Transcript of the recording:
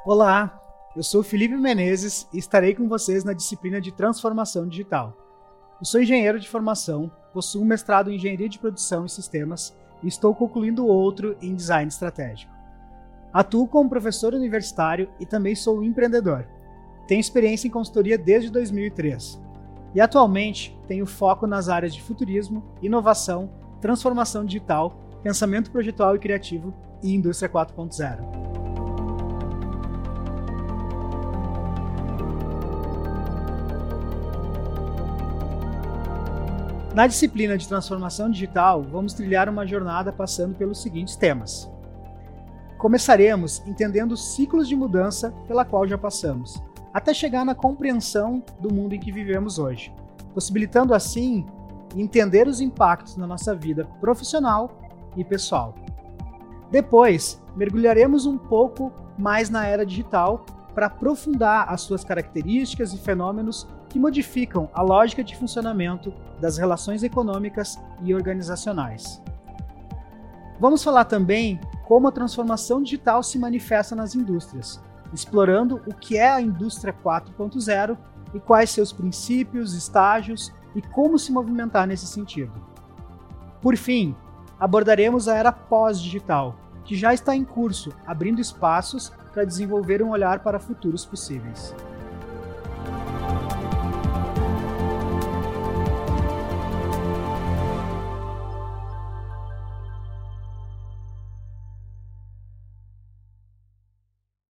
Olá, eu sou Felipe Menezes e estarei com vocês na disciplina de Transformação Digital. Eu sou engenheiro de formação, possuo um mestrado em Engenharia de Produção e Sistemas e estou concluindo outro em Design Estratégico. Atuo como professor universitário e também sou empreendedor. Tenho experiência em consultoria desde 2003 e atualmente tenho foco nas áreas de futurismo, inovação, transformação digital, pensamento projetual e criativo e indústria 4.0. Na disciplina de Transformação Digital, vamos trilhar uma jornada passando pelos seguintes temas. Começaremos entendendo os ciclos de mudança pela qual já passamos, até chegar na compreensão do mundo em que vivemos hoje, possibilitando assim entender os impactos na nossa vida profissional e pessoal. Depois, mergulharemos um pouco mais na era digital para aprofundar as suas características e fenômenos que modificam a lógica de funcionamento das relações econômicas e organizacionais. Vamos falar também como a transformação digital se manifesta nas indústrias, explorando o que é a indústria 4.0 e quais seus princípios, estágios e como se movimentar nesse sentido. Por fim, abordaremos a era pós-digital, que já está em curso, abrindo espaços para desenvolver um olhar para futuros possíveis.